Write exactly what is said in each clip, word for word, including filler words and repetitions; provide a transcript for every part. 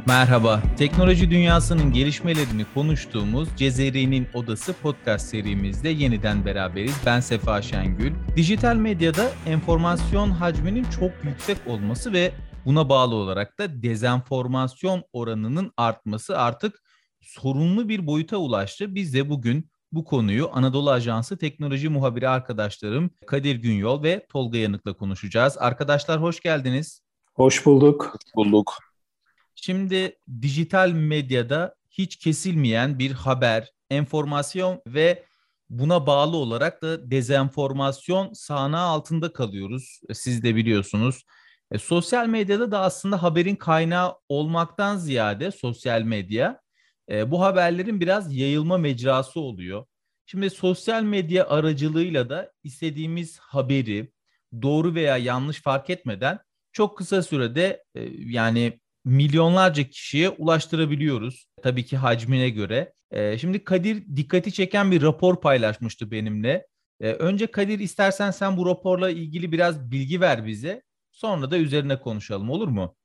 Merhaba, teknoloji dünyasının gelişmelerini konuştuğumuz Cezeri'nin Odası podcast serimizde yeniden beraberiz. Ben Sefa Şengül. Dijital medyada enformasyon hacminin çok yüksek olması ve buna bağlı olarak da dezenformasyon oranının artması artık sorunlu bir boyuta ulaştı. Biz de bugün bu konuyu Anadolu Ajansı teknoloji muhabiri arkadaşlarım Kadir Günyol ve Tolga Yanık'la konuşacağız. Arkadaşlar hoş geldiniz. Hoş bulduk. Bulduk. Şimdi dijital medyada hiç kesilmeyen bir haber, enformasyon ve buna bağlı olarak da dezenformasyon sahnağı altında kalıyoruz. Siz de biliyorsunuz. E, sosyal medyada da aslında haberin kaynağı olmaktan ziyade sosyal medya e, bu haberlerin biraz yayılma mecrası oluyor. Şimdi sosyal medya aracılığıyla da istediğimiz haberi doğru veya yanlış fark etmeden çok kısa sürede e, yani milyonlarca kişiye ulaştırabiliyoruz. Tabii ki hacmine göre. Ee, şimdi Kadir dikkati çeken bir rapor paylaşmıştı benimle. Ee, önce Kadir istersen sen bu raporla ilgili biraz bilgi ver bize. Sonra da üzerine konuşalım, olur mu?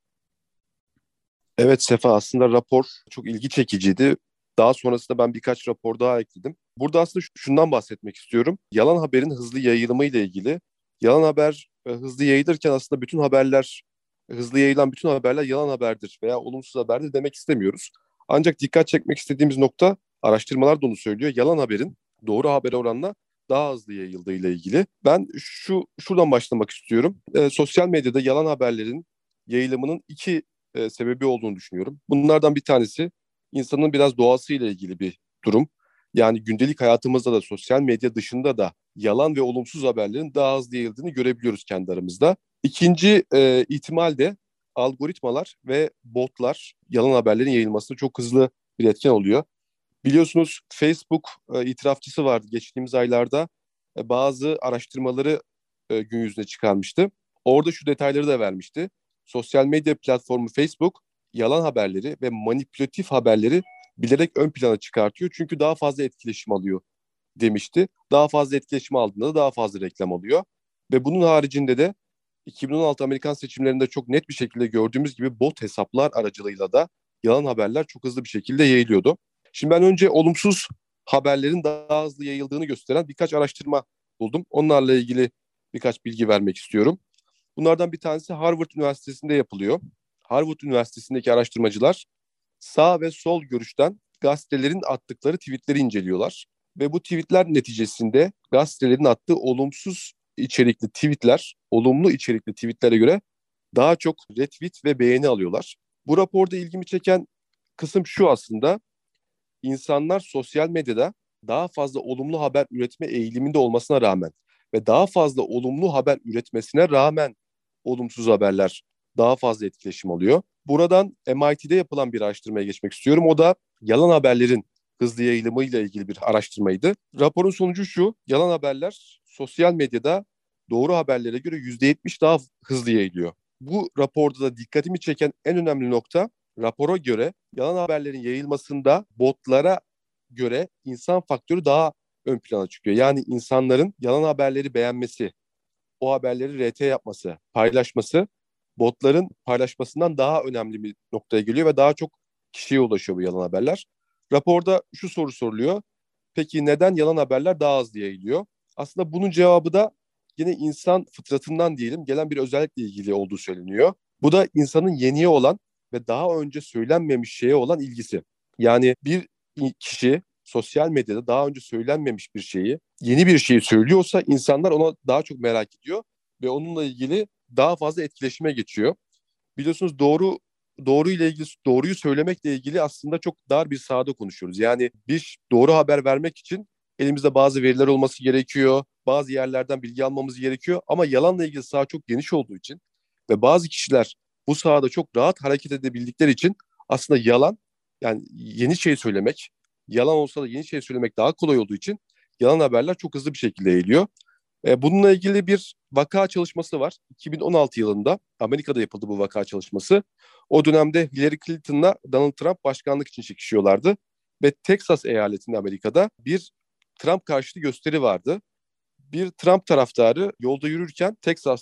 Evet Sefa, aslında rapor çok ilgi çekiciydi. Daha sonrasında ben birkaç rapor daha ekledim. Burada aslında şundan bahsetmek istiyorum. Yalan haberin hızlı yayılımı ile ilgili. Yalan haber e, hızlı yayılırken aslında bütün haberler, hızlı yayılan bütün haberler yalan haberdir veya olumsuz haberdir demek istemiyoruz. Ancak dikkat çekmek istediğimiz nokta, araştırmalar da onu söylüyor. Yalan haberin doğru habere oranla daha hızlı yayıldığı ile ilgili. Ben şu şuradan başlamak istiyorum. E, sosyal medyada yalan haberlerin yayılımının iki e, sebebi olduğunu düşünüyorum. Bunlardan bir tanesi insanın biraz doğasıyla ilgili bir durum. Yani gündelik hayatımızda da sosyal medya dışında da yalan ve olumsuz haberlerin daha hızlı yayıldığını görebiliyoruz kendi aramızda. İkinci e, ihtimal de algoritmalar ve botlar yalan haberlerin yayılmasında çok hızlı bir etken oluyor. Biliyorsunuz Facebook e, itirafçısı vardı geçtiğimiz aylarda. E, bazı araştırmaları e, gün yüzüne çıkarmıştı. Orada şu detayları da vermişti. Sosyal medya platformu Facebook yalan haberleri ve manipülatif haberleri bilerek ön plana çıkartıyor. Çünkü daha fazla etkileşim alıyor demişti. Daha fazla etkileşim aldığında da daha fazla reklam alıyor. Ve bunun haricinde de iki bin on altı Amerikan seçimlerinde çok net bir şekilde gördüğümüz gibi bot hesaplar aracılığıyla da yalan haberler çok hızlı bir şekilde yayılıyordu. Şimdi ben önce olumsuz haberlerin daha hızlı yayıldığını gösteren birkaç araştırma buldum. Onlarla ilgili birkaç bilgi vermek istiyorum. Bunlardan bir tanesi Harvard Üniversitesi'nde yapılıyor. Harvard Üniversitesi'ndeki araştırmacılar sağ ve sol görüşten gazetelerin attıkları tweetleri inceliyorlar. Ve bu tweetler neticesinde gazetelerin attığı olumsuz içerikli tweetler, olumlu içerikli tweetlere göre daha çok retweet ve beğeni alıyorlar. Bu raporda ilgimi çeken kısım şu aslında. İnsanlar sosyal medyada daha fazla olumlu haber üretme eğiliminde olmasına rağmen ve daha fazla olumlu haber üretmesine rağmen olumsuz haberler daha fazla etkileşim alıyor. Buradan M I T'de yapılan bir araştırmaya geçmek istiyorum. O da yalan haberlerin hızlı yayılımıyla ilgili bir araştırmaydı. Raporun sonucu şu: yalan haberler sosyal medyada doğru haberlere göre yüzde yetmiş daha hızlı yayılıyor. Bu raporda da dikkatimi çeken en önemli nokta, rapora göre yalan haberlerin yayılmasında botlara göre insan faktörü daha ön plana çıkıyor. Yani insanların yalan haberleri beğenmesi, o haberleri R T yapması, paylaşması botların paylaşmasından daha önemli bir noktaya geliyor ve daha çok kişiye ulaşıyor bu yalan haberler. Raporda şu soru soruluyor: peki neden yalan haberler daha az yayılıyor? Aslında bunun cevabı da yine insan fıtratından diyelim gelen bir özellikle ilgili olduğu söyleniyor. Bu da insanın yeniye olan ve daha önce söylenmemiş şeye olan ilgisi. Yani bir kişi sosyal medyada daha önce söylenmemiş bir şeyi, yeni bir şeyi söylüyorsa insanlar ona daha çok merak ediyor ve onunla ilgili daha fazla etkileşime geçiyor. Biliyorsunuz doğru doğru ile ilgili, doğruyu söylemekle ilgili aslında çok dar bir sahada konuşuyoruz. Yani bir doğru haber vermek için elimizde bazı veriler olması gerekiyor, bazı yerlerden bilgi almamız gerekiyor, ama yalanla ilgili saha çok geniş olduğu için ve bazı kişiler bu sahada çok rahat hareket edebildikleri için aslında yalan, yani yeni şey söylemek, yalan olsa da yeni şey söylemek daha kolay olduğu için yalan haberler çok hızlı bir şekilde yayılıyor. E, bununla ilgili bir vaka çalışması var. iki bin on altı yılında Amerika'da yapıldı bu vaka çalışması. O dönemde Hillary Clinton'la Donald Trump başkanlık için çekişiyorlardı. Ve Texas eyaletinde Amerika'da bir Trump karşıtı gösteri vardı. Bir Trump taraftarı yolda yürürken Texas'ta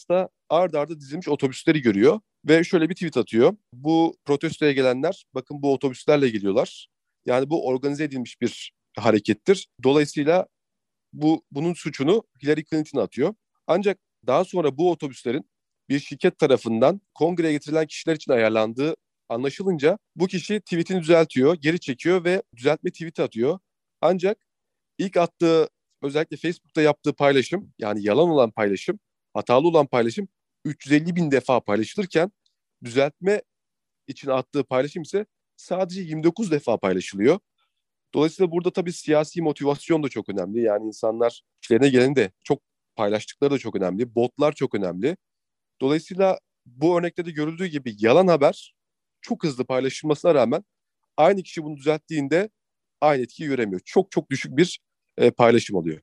ard arda dizilmiş otobüsleri görüyor ve şöyle bir tweet atıyor. Bu protestoya gelenler bakın bu otobüslerle geliyorlar. Yani bu organize edilmiş bir harekettir. Dolayısıyla bu bunun suçunu Hillary Clinton atıyor. Ancak daha sonra bu otobüslerin bir şirket tarafından kongreye getirilen kişiler için ayarlandığı anlaşılınca bu kişi tweetini düzeltiyor, geri çekiyor ve düzeltme tweeti atıyor. Ancak ilk attığı, özellikle Facebook'ta yaptığı paylaşım, yani yalan olan paylaşım, hatalı olan paylaşım üç yüz elli bin defa paylaşılırken düzeltme için attığı paylaşım ise sadece yirmi dokuz defa paylaşılıyor. Dolayısıyla burada tabii siyasi motivasyon da çok önemli. Yani insanlar işlerine geleni de çok paylaştıkları da çok önemli. Botlar çok önemli. Dolayısıyla bu örnekte de görüldüğü gibi yalan haber çok hızlı paylaşılmasına rağmen aynı kişi bunu düzelttiğinde aynı etkiyi göremiyor. Çok çok düşük bir e, paylaşım oluyor.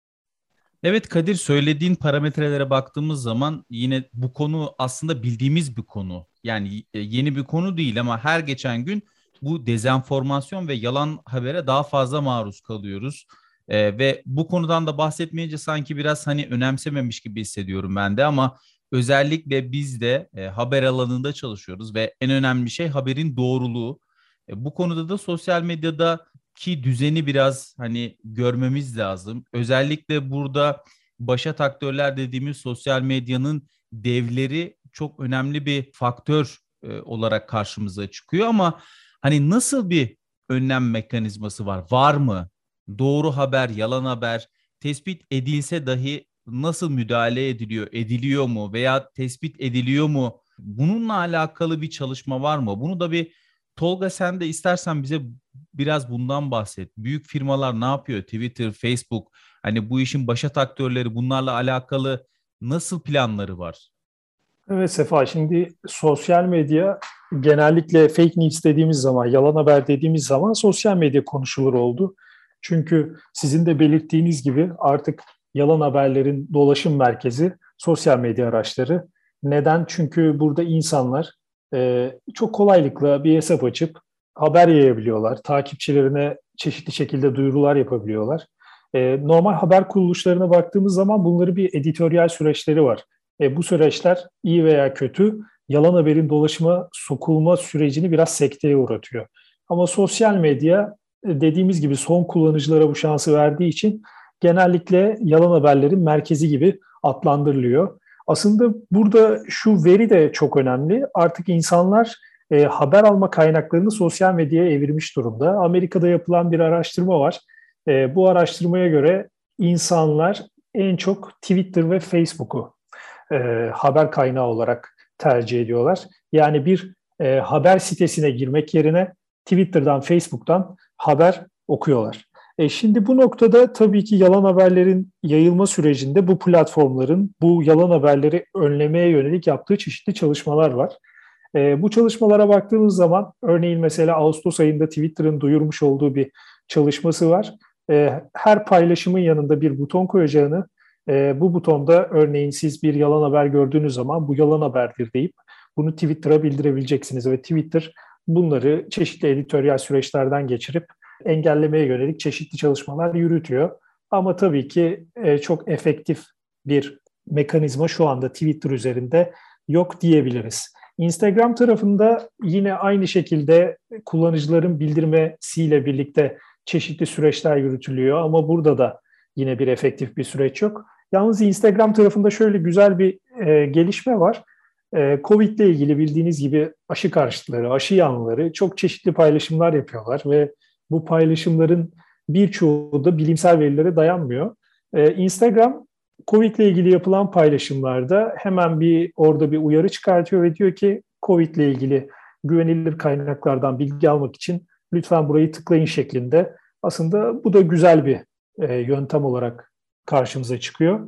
Evet Kadir, söylediğin parametrelere baktığımız zaman yine bu konu aslında bildiğimiz bir konu. Yani e, yeni bir konu değil ama her geçen gün bu dezenformasyon ve yalan habere daha fazla maruz kalıyoruz. E, ve bu konudan da bahsetmeyince sanki biraz hani önemsememiş gibi hissediyorum ben de ama özellikle biz de e, haber alanında çalışıyoruz ve en önemli şey haberin doğruluğu. E, bu konuda da sosyal medyada ki düzeni biraz hani görmemiz lazım. Özellikle burada başat aktörler dediğimiz sosyal medyanın devleri çok önemli bir faktör e, olarak karşımıza çıkıyor ama hani nasıl bir önlem mekanizması var? Var mı? Doğru haber, yalan haber tespit edilse dahi nasıl müdahale ediliyor? Ediliyor mu veya tespit ediliyor mu? Bununla alakalı bir çalışma var mı? Bunu da bir Tolga, sen de istersen bize biraz bundan bahset. Büyük firmalar ne yapıyor? Twitter, Facebook, hani bu işin başat aktörleri bunlarla alakalı nasıl planları var? Evet Sefa, şimdi sosyal medya genellikle fake news dediğimiz zaman, yalan haber dediğimiz zaman sosyal medya konuşulur oldu. Çünkü sizin de belirttiğiniz gibi artık yalan haberlerin dolaşım merkezi sosyal medya araçları. Neden? Çünkü burada insanlar e, çok kolaylıkla bir hesap açıp haber yayabiliyorlar. Takipçilerine çeşitli şekilde duyurular yapabiliyorlar. E, normal haber kuruluşlarına baktığımız zaman bunların bir editoryal süreçleri var. E, bu süreçler iyi veya kötü yalan haberin dolaşıma sokulma sürecini biraz sekteye uğratıyor. Ama sosyal medya e, dediğimiz gibi son kullanıcılara bu şansı verdiği için genellikle yalan haberlerin merkezi gibi adlandırılıyor. Aslında burada şu veri de çok önemli. Artık insanlar e, haber alma kaynaklarını sosyal medyaya evirmiş durumda. Amerika'da yapılan bir araştırma var. E, bu araştırmaya göre insanlar en çok Twitter ve Facebook'u e, haber kaynağı olarak tercih ediyorlar. Yani bir e, haber sitesine girmek yerine Twitter'dan, Facebook'tan haber okuyorlar. E şimdi bu noktada tabii ki yalan haberlerin yayılma sürecinde bu platformların bu yalan haberleri önlemeye yönelik yaptığı çeşitli çalışmalar var. E, bu çalışmalara baktığımız zaman örneğin mesela Ağustos ayında Twitter'ın duyurmuş olduğu bir çalışması var. E, her paylaşımın yanında bir buton koyacağını, E, bu butonda örneğin siz bir yalan haber gördüğünüz zaman bu yalan haberdir deyip bunu Twitter'a bildirebileceksiniz ve Twitter bunları çeşitli editoryal süreçlerden geçirip engellemeye yönelik çeşitli çalışmalar yürütüyor. Ama tabii ki e, çok efektif bir mekanizma şu anda Twitter üzerinde yok diyebiliriz. Instagram tarafında yine aynı şekilde kullanıcıların bildirmesiyle birlikte çeşitli süreçler yürütülüyor ama burada da yine bir efektif bir süreç yok. Yalnız Instagram tarafında şöyle güzel bir e, gelişme var. E, Covid ile ilgili bildiğiniz gibi aşı karşıtları, aşı yanlıları çok çeşitli paylaşımlar yapıyorlar ve bu paylaşımların birçoğu da bilimsel verilere dayanmıyor. E, Instagram Covid ile ilgili yapılan paylaşımlarda hemen bir orada bir uyarı çıkartıyor ve diyor ki Covid ile ilgili güvenilir kaynaklardan bilgi almak için lütfen burayı tıklayın şeklinde. Aslında bu da güzel bir e, yöntem olarak karşımıza çıkıyor.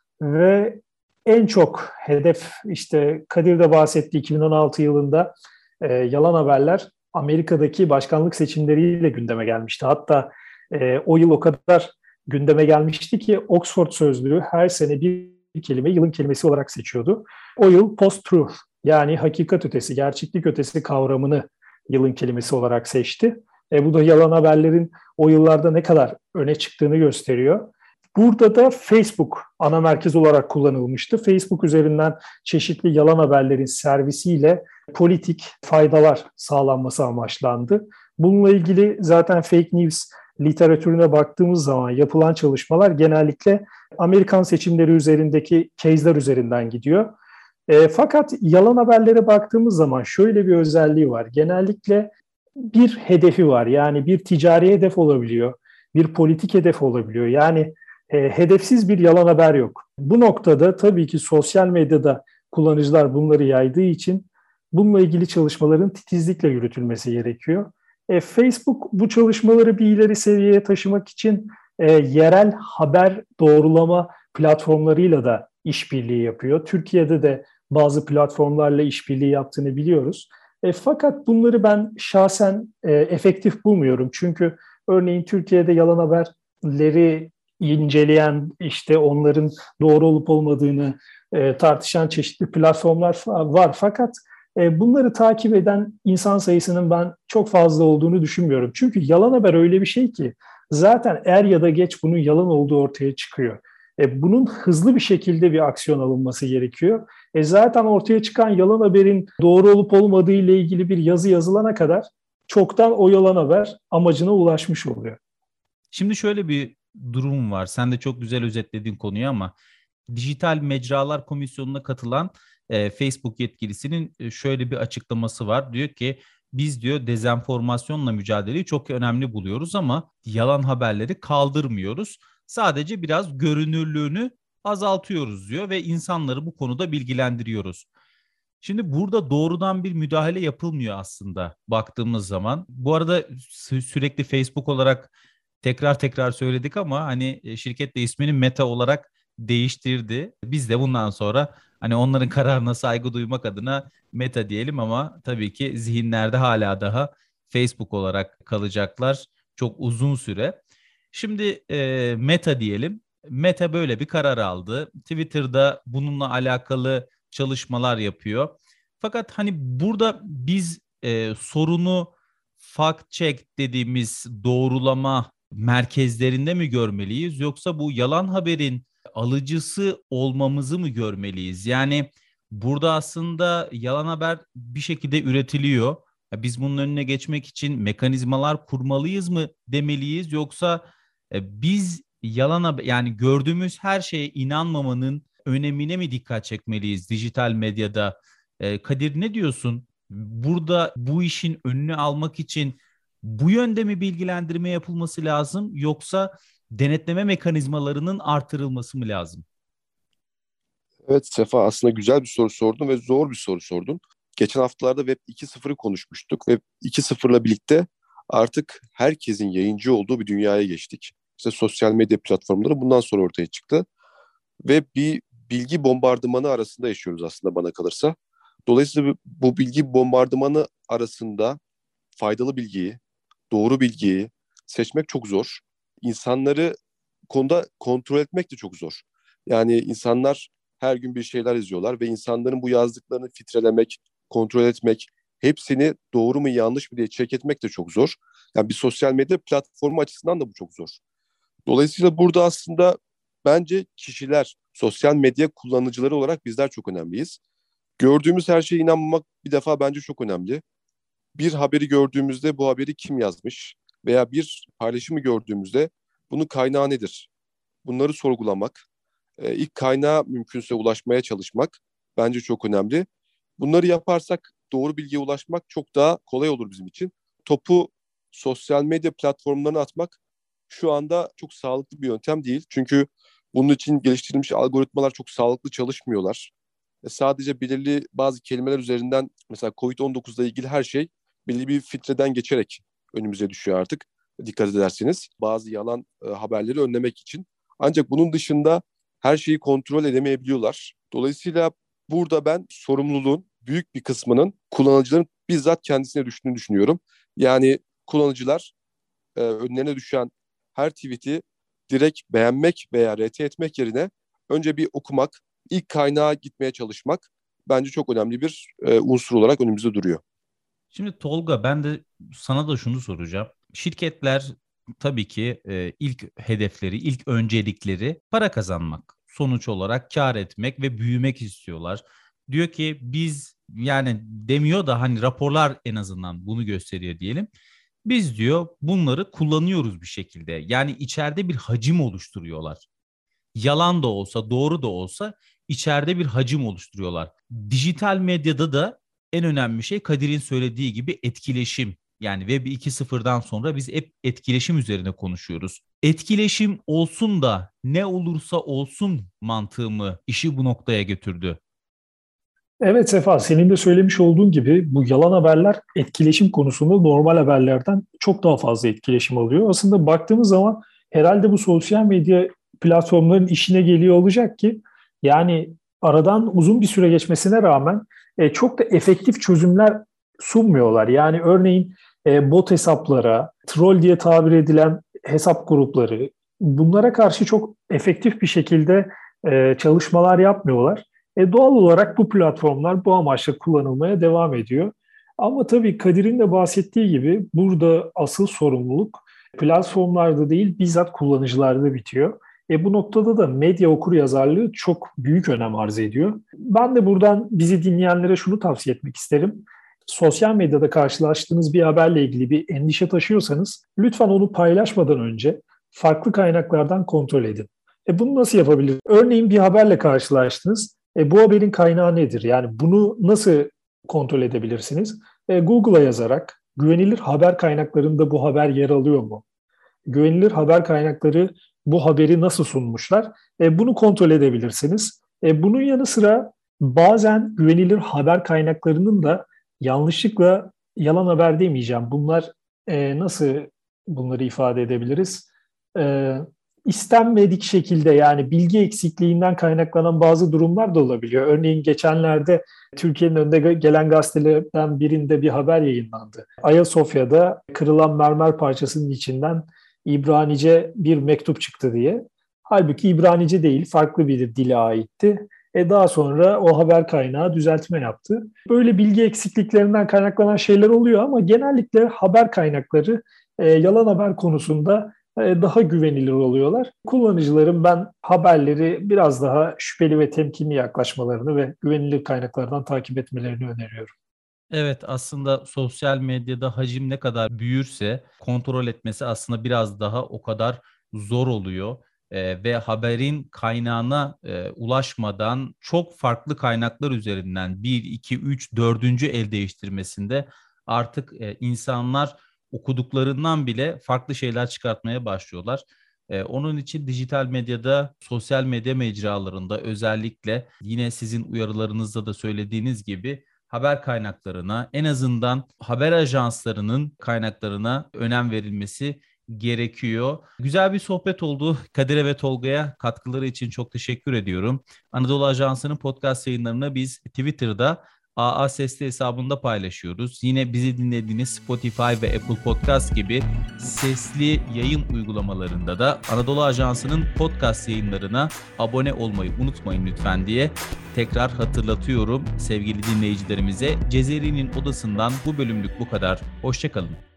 Ve en çok hedef işte Kadir de bahsetti iki bin on altı yılında e, yalan haberler Amerika'daki başkanlık seçimleriyle gündeme gelmişti. Hatta e, o yıl o kadar gündeme gelmişti ki Oxford Sözlüğü her sene bir kelime yılın kelimesi olarak seçiyordu. O yıl post-truth yani hakikat ötesi, gerçeklik ötesi kavramını yılın kelimesi olarak seçti. E, bu da yalan haberlerin o yıllarda ne kadar öne çıktığını gösteriyor. Burada da Facebook ana merkez olarak kullanılmıştı. Facebook üzerinden çeşitli yalan haberlerin servisiyle politik faydalar sağlanması amaçlandı. Bununla ilgili zaten fake news literatürüne baktığımız zaman yapılan çalışmalar genellikle Amerikan seçimleri üzerindeki case'ler üzerinden gidiyor. E, fakat yalan haberlere baktığımız zaman şöyle bir özelliği var. Genellikle bir hedefi var. Yani bir ticari hedef olabiliyor, bir politik hedef olabiliyor. Yani e, hedefsiz bir yalan haber yok. Bu noktada tabii ki sosyal medyada kullanıcılar bunları yaydığı için bununla ilgili çalışmaların titizlikle yürütülmesi gerekiyor. E, Facebook bu çalışmaları bir ileri seviyeye taşımak için e, yerel haber doğrulama platformlarıyla da işbirliği yapıyor. Türkiye'de de bazı platformlarla işbirliği yaptığını biliyoruz. E, fakat bunları ben şahsen e, efektif bulmuyorum. Çünkü örneğin Türkiye'de yalan haberleri inceleyen, işte onların doğru olup olmadığını e, tartışan çeşitli platformlar var. Fakat e, bunları takip eden insan sayısının ben çok fazla olduğunu düşünmüyorum. Çünkü yalan haber öyle bir şey ki zaten er ya da geç bunun yalan olduğu ortaya çıkıyor. E, bunun hızlı bir şekilde bir aksiyon alınması gerekiyor. E, zaten ortaya çıkan yalan haberin doğru olup olmadığı ile ilgili bir yazı yazılana kadar çoktan o yalan haber amacına ulaşmış oluyor. Şimdi şöyle bir durum var. Sen de çok güzel özetledin konuyu ama Dijital Mecralar Komisyonu'na katılan e, Facebook yetkilisinin e, şöyle bir açıklaması var. Diyor ki biz diyor dezenformasyonla mücadeleyi çok önemli buluyoruz ama yalan haberleri kaldırmıyoruz. Sadece biraz görünürlüğünü azaltıyoruz diyor ve insanları bu konuda bilgilendiriyoruz. Şimdi burada doğrudan bir müdahale yapılmıyor aslında baktığımız zaman. Bu arada sü- sürekli Facebook olarak tekrar tekrar söyledik ama hani e, şirket de ismini Meta olarak değiştirdi. Biz de bundan sonra hani onların kararına saygı duymak adına Meta diyelim ama tabii ki zihinlerde hala daha Facebook olarak kalacaklar çok uzun süre. Şimdi e, Meta diyelim. Meta böyle bir karar aldı. Twitter'da bununla alakalı çalışmalar yapıyor. Fakat hani burada biz e, sorunu fact check dediğimiz doğrulama merkezlerinde mi görmeliyiz yoksa bu yalan haberin alıcısı olmamızı mı görmeliyiz? Yani burada aslında yalan haber bir şekilde üretiliyor. Ya biz bunun önüne geçmek için mekanizmalar kurmalıyız mı demeliyiz yoksa e, biz yalan haber yani gördüğümüz her şeye inanmamanın önemine mi dikkat çekmeliyiz dijital medyada? E, Kadir ne diyorsun? Burada bu işin önünü almak için bu yönde mi bilgilendirme yapılması lazım yoksa denetleme mekanizmalarının artırılması mı lazım? Evet Sefa, aslında güzel bir soru sordun ve zor bir soru sordun. Geçen haftalarda Web iki nokta sıfırı konuşmuştuk. Web iki nokta sıfırla birlikte artık herkesin yayıncı olduğu bir dünyaya geçtik. İşte sosyal medya platformları bundan sonra ortaya çıktı. Ve bir bilgi bombardımanı arasında yaşıyoruz aslında bana kalırsa. Dolayısıyla bu bilgi bombardımanı arasında faydalı bilgiyi, doğru bilgiyi seçmek çok zor. İnsanları konuda kontrol etmek de çok zor. Yani insanlar her gün bir şeyler yazıyorlar ve insanların bu yazdıklarını filtrelemek, kontrol etmek, hepsini doğru mu yanlış mı diye check etmek de çok zor. Yani bir sosyal medya platformu açısından da bu çok zor. Dolayısıyla burada aslında bence kişiler, sosyal medya kullanıcıları olarak bizler çok önemliyiz. Gördüğümüz her şeye inanmamak bir defa bence çok önemli. Bir haberi gördüğümüzde bu haberi kim yazmış veya bir paylaşımı gördüğümüzde bunun kaynağı nedir? Bunları sorgulamak, e, ilk kaynağa mümkünse ulaşmaya çalışmak bence çok önemli. Bunları yaparsak doğru bilgiye ulaşmak çok daha kolay olur bizim için. Topu sosyal medya platformlarına atmak şu anda çok sağlıklı bir yöntem değil. Çünkü bunun için geliştirilmiş algoritmalar çok sağlıklı çalışmıyorlar. E, sadece belirli bazı kelimeler üzerinden mesela covid on dokuzla ilgili her şey belli bir filtreden geçerek önümüze düşüyor artık. Dikkat ederseniz bazı yalan e, haberleri önlemek için. Ancak bunun dışında her şeyi kontrol edemeyebiliyorlar. Dolayısıyla burada ben sorumluluğun büyük bir kısmının kullanıcıların bizzat kendisine düştüğünü düşünüyorum. Yani kullanıcılar e, önlerine düşen her tweet'i direkt beğenmek veya R T etmek yerine önce bir okumak, ilk kaynağa gitmeye çalışmak bence çok önemli bir e, unsur olarak önümüzde duruyor. Şimdi Tolga ben de sana da şunu soracağım. Şirketler tabii ki e, ilk hedefleri, ilk öncelikleri para kazanmak. Sonuç olarak kar etmek ve büyümek istiyorlar. Diyor ki biz, yani demiyor da hani raporlar en azından bunu gösteriyor diyelim. Biz diyor bunları kullanıyoruz bir şekilde. Yani içeride bir hacim oluşturuyorlar. Yalan da olsa, doğru da olsa içeride bir hacim oluşturuyorlar. Dijital medyada da en önemli şey Kadir'in söylediği gibi etkileşim. Yani Web iki nokta sıfırdan sonra biz hep etkileşim üzerine konuşuyoruz. Etkileşim olsun da ne olursa olsun mantığımı işi bu noktaya götürdü. Evet Sefa, senin de söylemiş olduğun gibi bu yalan haberler etkileşim konusunda normal haberlerden çok daha fazla etkileşim alıyor. Aslında baktığımız zaman herhalde bu sosyal medya platformların işine geliyor olacak ki yani aradan uzun bir süre geçmesine rağmen e, çok da efektif çözümler sunmuyorlar. Yani örneğin e, bot hesaplara, troll diye tabir edilen hesap grupları, bunlara karşı çok efektif bir şekilde e, çalışmalar yapmıyorlar. E doğal olarak bu platformlar bu amaçla kullanılmaya devam ediyor. Ama tabii Kadir'in de bahsettiği gibi burada asıl sorumluluk platformlarda değil bizzat kullanıcılarda bitiyor. E bu noktada da medya okuryazarlığı çok büyük önem arz ediyor. Ben de buradan bizi dinleyenlere şunu tavsiye etmek isterim. Sosyal medyada karşılaştığınız bir haberle ilgili bir endişe taşıyorsanız lütfen onu paylaşmadan önce farklı kaynaklardan kontrol edin. E bunu nasıl yapabilir? Örneğin bir haberle karşılaştınız. E, bu haberin kaynağı nedir? Yani bunu nasıl kontrol edebilirsiniz? E, Google'a yazarak güvenilir haber kaynaklarında bu haber yer alıyor mu? Güvenilir haber kaynakları bu haberi nasıl sunmuşlar? E, bunu kontrol edebilirsiniz. E, bunun yanı sıra bazen güvenilir haber kaynaklarının da yanlışlıkla yalan haber demeyeceğim. Bunlar e, nasıl bunları ifade edebiliriz? E, İstenmedik şekilde yani bilgi eksikliğinden kaynaklanan bazı durumlar da olabiliyor. Örneğin geçenlerde Türkiye'nin önde gelen gazetelerden birinde bir haber yayınlandı. Ayasofya'da kırılan mermer parçasının içinden İbranice bir mektup çıktı diye. Halbuki İbranice değil, farklı bir dile aitti. E daha sonra o haber kaynağı düzeltme yaptı. Böyle bilgi eksikliklerinden kaynaklanan şeyler oluyor ama genellikle haber kaynakları e, yalan haber konusunda daha güvenilir oluyorlar. Kullanıcıların ben haberleri biraz daha şüpheli ve temkinli yaklaşmalarını ve güvenilir kaynaklardan takip etmelerini öneriyorum. Evet, aslında sosyal medyada hacim ne kadar büyürse kontrol etmesi aslında biraz daha o kadar zor oluyor. Ee, ve haberin kaynağına e, ulaşmadan çok farklı kaynaklar üzerinden bir, iki, üç, dördüncü el değiştirmesinde artık e, insanlar okuduklarından bile farklı şeyler çıkartmaya başlıyorlar. Ee, onun için dijital medyada, sosyal medya mecralarında özellikle yine sizin uyarılarınızda da söylediğiniz gibi haber kaynaklarına, en azından haber ajanslarının kaynaklarına önem verilmesi gerekiyor. Güzel bir sohbet oldu. Kadir'e ve Tolga'ya katkıları için çok teşekkür ediyorum. Anadolu Ajansı'nın podcast yayınlarını biz Twitter'da A A Sesli hesabında paylaşıyoruz. Yine bizi dinlediğiniz Spotify ve Apple Podcast gibi sesli yayın uygulamalarında da Anadolu Ajansı'nın podcast yayınlarına abone olmayı unutmayın lütfen diye tekrar hatırlatıyorum sevgili dinleyicilerimize. Cezeri'nin odasından bu bölümlük bu kadar. Hoşça kalın.